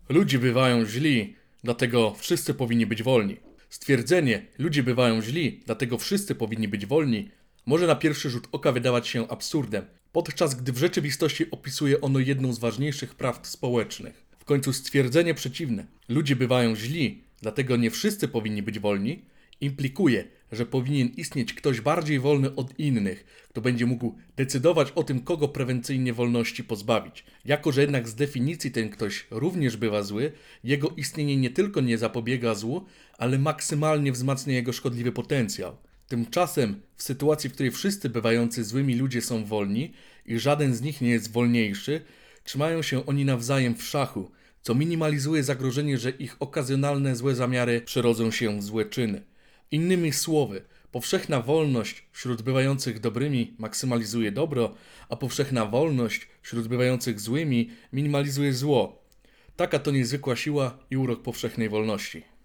Ludzie bywają źli, dlatego wszyscy powinni być wolni. Stwierdzenie ludzie bywają źli, dlatego wszyscy powinni być wolni może na pierwszy rzut oka wydawać się absurdem, podczas gdy w rzeczywistości opisuje ono jedną z ważniejszych prawd społecznych. W końcu stwierdzenie przeciwne ludzie bywają źli, dlatego nie wszyscy powinni być wolni implikuje, że powinien istnieć ktoś bardziej wolny od innych, kto będzie mógł decydować o tym, kogo prewencyjnie wolności pozbawić. Jako że jednak z definicji ten ktoś również bywa zły, jego istnienie nie tylko nie zapobiega złu, ale maksymalnie wzmacnia jego szkodliwy potencjał. Tymczasem w sytuacji, w której wszyscy bywający złymi ludzie są wolni i żaden z nich nie jest wolniejszy, trzymają się oni nawzajem w szachu, co minimalizuje zagrożenie, że ich okazjonalne złe zamiary przerodzą się w złe czyny. Innymi słowy, powszechna wolność wśród bywających dobrymi maksymalizuje dobro, a powszechna wolność wśród bywających złymi minimalizuje zło. Taka to niezwykła siła i urok powszechnej wolności.